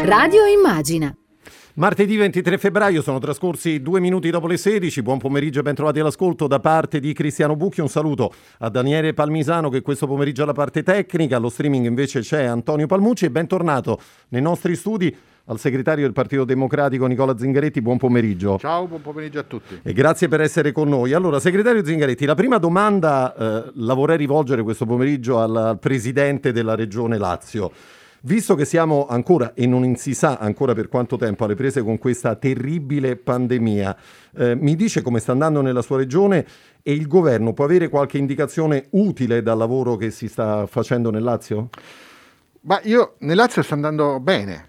Radio Immagina. Martedì 23 febbraio, sono trascorsi 2 minuti dopo le 16. Buon pomeriggio e ben trovati all'ascolto da parte di Cristiano Bucchi. Un saluto a Daniele Palmisano che questo pomeriggio ha la parte tecnica. Allo streaming invece c'è Antonio Palmucci e bentornato nei nostri studi al segretario del Partito Democratico Nicola Zingaretti. Buon pomeriggio. Ciao, buon pomeriggio a tutti. E grazie per essere con noi. Allora, segretario Zingaretti, la prima domanda la vorrei rivolgere questo pomeriggio al presidente della Regione Lazio. Visto che siamo ancora, e non si sa ancora per quanto tempo, alle prese con questa terribile pandemia, mi dice come sta andando nella sua regione e il governo può avere qualche indicazione utile dal lavoro che si sta facendo nel Lazio? Nel Lazio sta andando bene.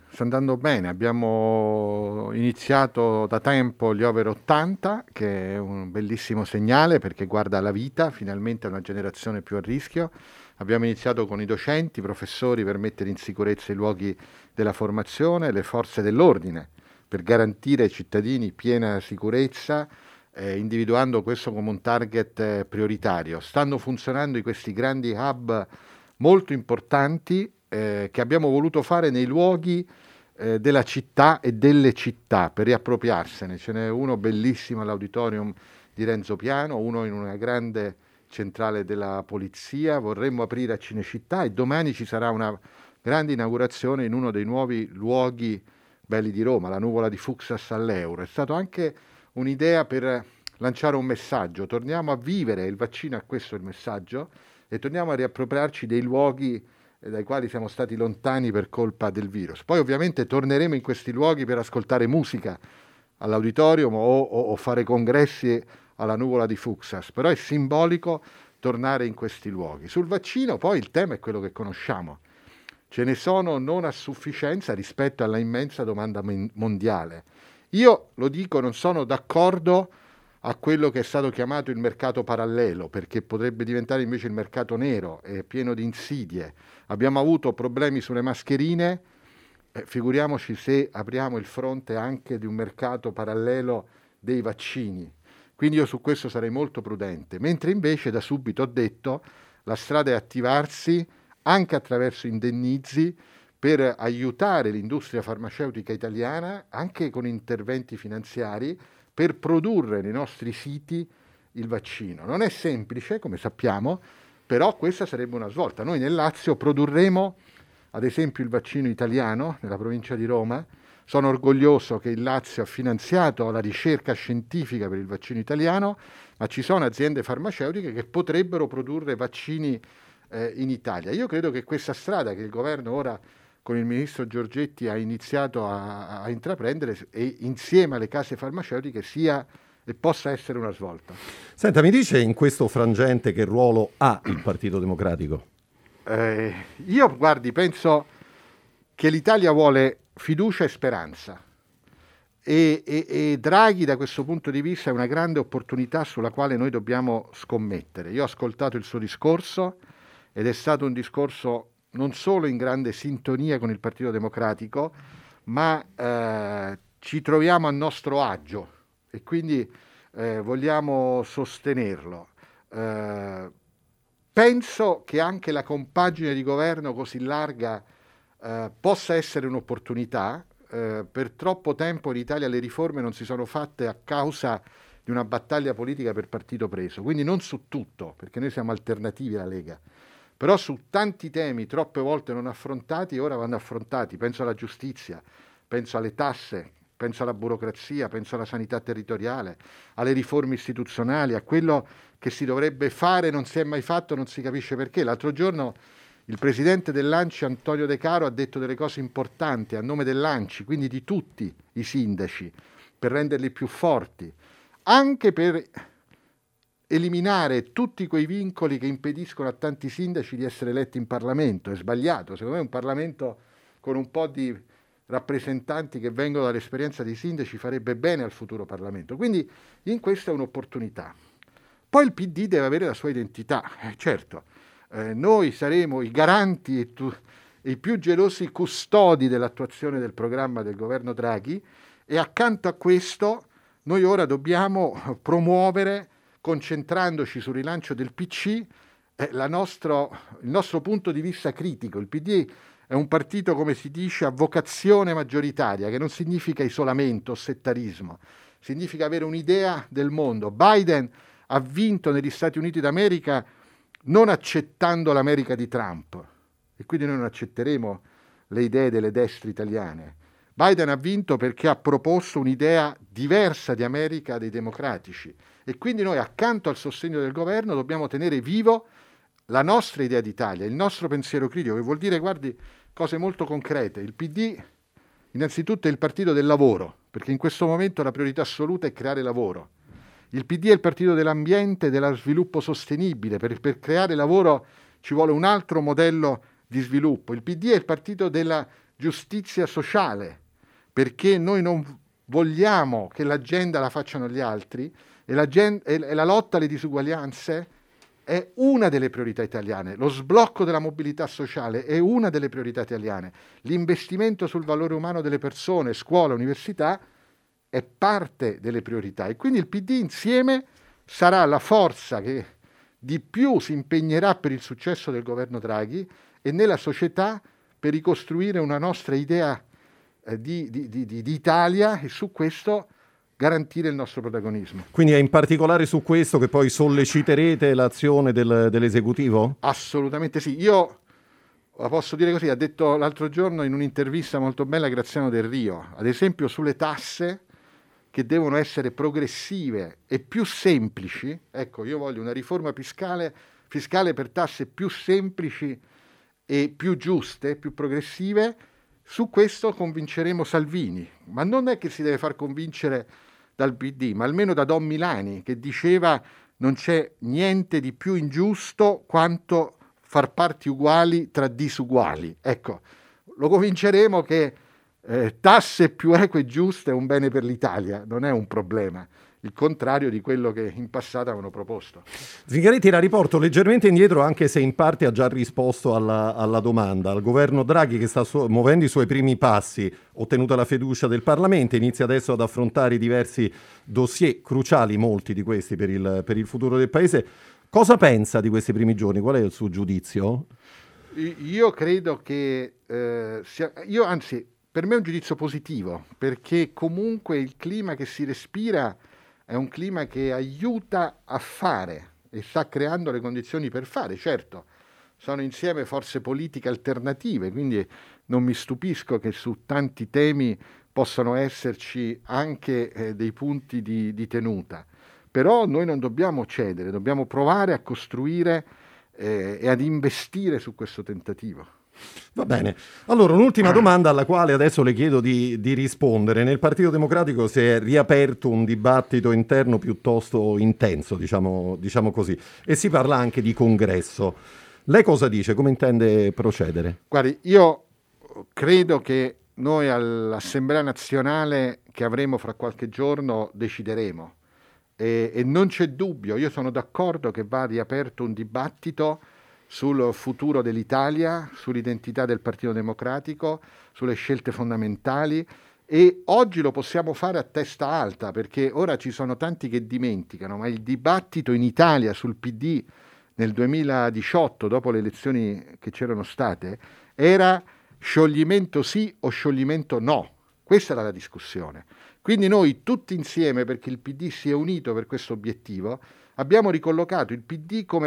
Abbiamo iniziato da tempo gli over 80, che è un bellissimo segnale perché guarda alla vita, finalmente una generazione più a rischio. Abbiamo iniziato con i docenti, i professori per mettere in sicurezza i luoghi della formazione, le forze dell'ordine per garantire ai cittadini piena sicurezza, individuando questo come un target prioritario. Stanno funzionando questi grandi hub molto importanti che abbiamo voluto fare nei luoghi della città e delle città per riappropriarsene. Ce n'è uno bellissimo all'auditorium di Renzo Piano, uno in una grande centrale della polizia, vorremmo aprire a Cinecittà e domani ci sarà una grande inaugurazione in uno dei nuovi luoghi belli di Roma, la nuvola di Fuxas all'Euro. È stato anche un'idea per lanciare un messaggio: torniamo a vivere, il vaccino è questo il messaggio, e torniamo a riappropriarci dei luoghi dai quali siamo stati lontani per colpa del virus. Poi ovviamente torneremo in questi luoghi per ascoltare musica all'auditorium o fare congressi alla nuvola di Fuxas, però è simbolico tornare in questi luoghi. Sul vaccino poi il tema è quello che conosciamo, ce ne sono non a sufficienza rispetto alla immensa domanda mondiale. Io lo dico, non sono d'accordo a quello che è stato chiamato il mercato parallelo, perché potrebbe diventare invece il mercato nero, è pieno di insidie. Abbiamo avuto problemi sulle mascherine, figuriamoci se apriamo il fronte anche di un mercato parallelo dei vaccini. Quindi io su questo sarei molto prudente, mentre invece da subito ho detto la strada è attivarsi anche attraverso indennizi per aiutare l'industria farmaceutica italiana, anche con interventi finanziari, per produrre nei nostri siti il vaccino. Non è semplice, come sappiamo, però questa sarebbe una svolta. Noi nel Lazio produrremo, ad esempio, il vaccino italiano nella provincia di Roma. Sono orgoglioso che il Lazio ha finanziato la ricerca scientifica per il vaccino italiano, ma ci sono aziende farmaceutiche che potrebbero produrre vaccini in Italia. Io credo che questa strada che il governo ora con il ministro Giorgetti ha iniziato a intraprendere e insieme alle case farmaceutiche sia e possa essere una svolta. Senta, mi dice in questo frangente che ruolo ha il Partito Democratico? Io, guardi, penso che l'Italia vuole fiducia e speranza e Draghi da questo punto di vista è una grande opportunità sulla quale noi dobbiamo scommettere. Io ho ascoltato il suo discorso ed è stato un discorso non solo in grande sintonia con il Partito Democratico, ma ci troviamo a nostro agio e quindi vogliamo sostenerlo. Penso che anche la compagine di governo così larga possa essere un'opportunità. Per troppo tempo in Italia le riforme non si sono fatte a causa di una battaglia politica per partito preso, quindi non su tutto, perché noi siamo alternativi alla Lega, però su tanti temi troppe volte non affrontati ora vanno affrontati. Penso alla giustizia, penso alle tasse, penso alla burocrazia, penso alla sanità territoriale, alle riforme istituzionali, a quello che si dovrebbe fare, non si è mai fatto, non si capisce perché. L'altro giorno il presidente dell'ANCI, Antonio De Caro, ha detto delle cose importanti a nome dell'ANCI, quindi di tutti i sindaci, per renderli più forti, anche per eliminare tutti quei vincoli che impediscono a tanti sindaci di essere eletti in Parlamento. È sbagliato, secondo me un Parlamento con un po' di rappresentanti che vengono dall'esperienza dei sindaci farebbe bene al futuro Parlamento, quindi in questa è un'opportunità. Poi il PD deve avere la sua identità, certo. Noi saremo i garanti e i più gelosi custodi dell'attuazione del programma del governo Draghi e accanto a questo noi ora dobbiamo promuovere, concentrandoci sul rilancio del PC, il nostro punto di vista critico. Il PD è un partito, come si dice, a vocazione maggioritaria, che non significa isolamento o settarismo, significa avere un'idea del mondo. Biden ha vinto negli Stati Uniti d'America non accettando l'America di Trump, e quindi noi non accetteremo le idee delle destre italiane. Biden ha vinto perché ha proposto un'idea diversa di America dei democratici, e quindi noi, accanto al sostegno del governo, dobbiamo tenere vivo la nostra idea d'Italia, il nostro pensiero critico, che vuol dire, guardi, cose molto concrete. Il PD innanzitutto è il partito del lavoro, perché in questo momento la priorità assoluta è creare lavoro. Il PD è il partito dell'ambiente e dello sviluppo sostenibile. Per creare lavoro ci vuole un altro modello di sviluppo. Il PD è il partito della giustizia sociale, perché noi non vogliamo che l'agenda la facciano gli altri, e la lotta alle disuguaglianze è una delle priorità italiane. Lo sblocco della mobilità sociale è una delle priorità italiane. L'investimento sul valore umano delle persone, scuola, università, è parte delle priorità, e quindi il PD insieme sarà la forza che di più si impegnerà per il successo del governo Draghi e nella società per ricostruire una nostra idea di Italia, e su questo garantire il nostro protagonismo. Quindi è in particolare su questo che poi solleciterete l'azione dell'esecutivo? Assolutamente sì. Io la posso dire così, ha detto l'altro giorno in un'intervista molto bella Graziano Del Rio, ad esempio sulle tasse, che devono essere progressive e più semplici. Ecco, io voglio una riforma fiscale per tasse più semplici e più giuste, più progressive. Su questo convinceremo Salvini, ma non è che si deve far convincere dal PD, ma almeno da Don Milani, che diceva non c'è niente di più ingiusto quanto far parti uguali tra disuguali. Ecco, lo convinceremo che tasse più eque e giuste è un bene per l'Italia, non è un problema. Il contrario di quello che in passato avevano proposto. Zingaretti, la riporto leggermente indietro, anche se in parte ha già risposto alla domanda. Il governo Draghi, che sta muovendo i suoi primi passi, ottenuta la fiducia del Parlamento, inizia adesso ad affrontare diversi dossier cruciali, molti di questi per il futuro del Paese. Cosa pensa di questi primi giorni? Qual è il suo giudizio? Io credo che anzi, per me è un giudizio positivo, perché comunque il clima che si respira è un clima che aiuta a fare e sta creando le condizioni per fare. Certo, sono insieme forze politiche alternative, quindi non mi stupisco che su tanti temi possano esserci anche dei punti di tenuta. Però noi non dobbiamo cedere, dobbiamo provare a costruire e ad investire su questo tentativo. Va bene. Allora, un'ultima domanda alla quale adesso le chiedo di rispondere. Nel Partito Democratico si è riaperto un dibattito interno piuttosto intenso, diciamo così, e si parla anche di congresso. Lei cosa dice? Come intende procedere? Guardi, io credo che noi all'Assemblea Nazionale che avremo fra qualche giorno decideremo, e non c'è dubbio, io sono d'accordo che va riaperto un dibattito sul futuro dell'Italia, sull'identità del Partito Democratico, sulle scelte fondamentali, e oggi lo possiamo fare a testa alta, perché ora ci sono tanti che dimenticano, ma il dibattito in Italia sul PD nel 2018, dopo le elezioni che c'erano state, era scioglimento sì o scioglimento no. Questa era la discussione. Quindi noi tutti insieme, perché il PD si è unito per questo obiettivo, abbiamo ricollocato il PD come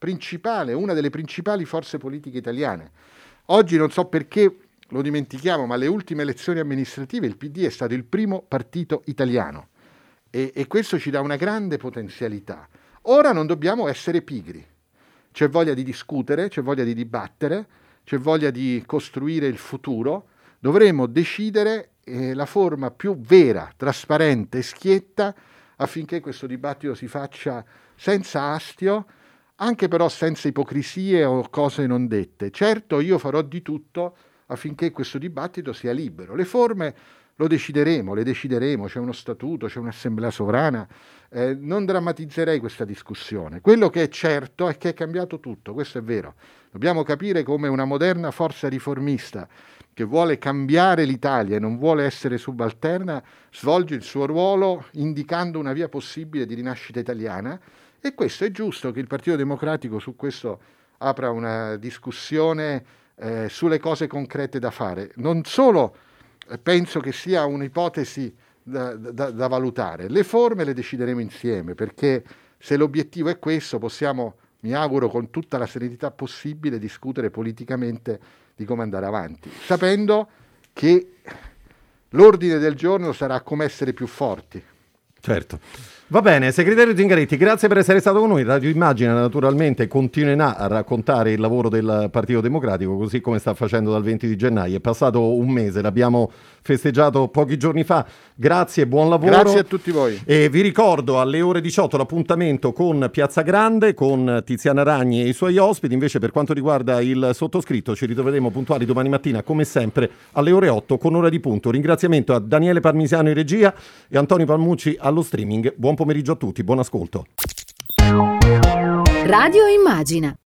una delle principali forze politiche italiane. Oggi non so perché lo dimentichiamo, ma alle ultime elezioni amministrative il PD è stato il primo partito italiano, e questo ci dà una grande potenzialità. Ora non dobbiamo essere pigri, c'è voglia di discutere, c'è voglia di dibattere, c'è voglia di costruire il futuro. Dovremo decidere la forma più vera, trasparente e schietta affinché questo dibattito si faccia senza astio, anche però senza ipocrisie o cose non dette. Certo, io farò di tutto affinché questo dibattito sia libero. Le forme le decideremo, c'è uno statuto, c'è un'assemblea sovrana, non drammatizzerei questa discussione. Quello che è certo è che è cambiato tutto, questo è vero. Dobbiamo capire come una moderna forza riformista che vuole cambiare l'Italia e non vuole essere subalterna svolge il suo ruolo indicando una via possibile di rinascita italiana, e questo è giusto che il Partito Democratico su questo apra una discussione sulle cose concrete da fare. Non solo penso che sia un'ipotesi da valutare, le forme le decideremo insieme, perché se l'obiettivo è questo possiamo, mi auguro con tutta la serenità possibile, discutere politicamente di come andare avanti, sapendo che l'ordine del giorno sarà come essere più forti. Certo. Va bene, segretario Zingaretti, grazie per essere stato con noi. Radio Immagina naturalmente continuerà a raccontare il lavoro del Partito Democratico, così come sta facendo dal 20 di gennaio. È passato un mese, l'abbiamo festeggiato pochi giorni fa. Grazie, buon lavoro. Grazie a tutti voi. E vi ricordo alle ore 18 l'appuntamento con Piazza Grande, con Tiziana Ragni e i suoi ospiti. Invece per quanto riguarda il sottoscritto ci ritroveremo puntuali domani mattina come sempre alle ore 8 con Ora di Punto. Ringraziamento a Daniele Parmisiano in regia e Antonio Palmucci allo streaming. Buon pomeriggio a tutti, buon ascolto. Radio Immagina.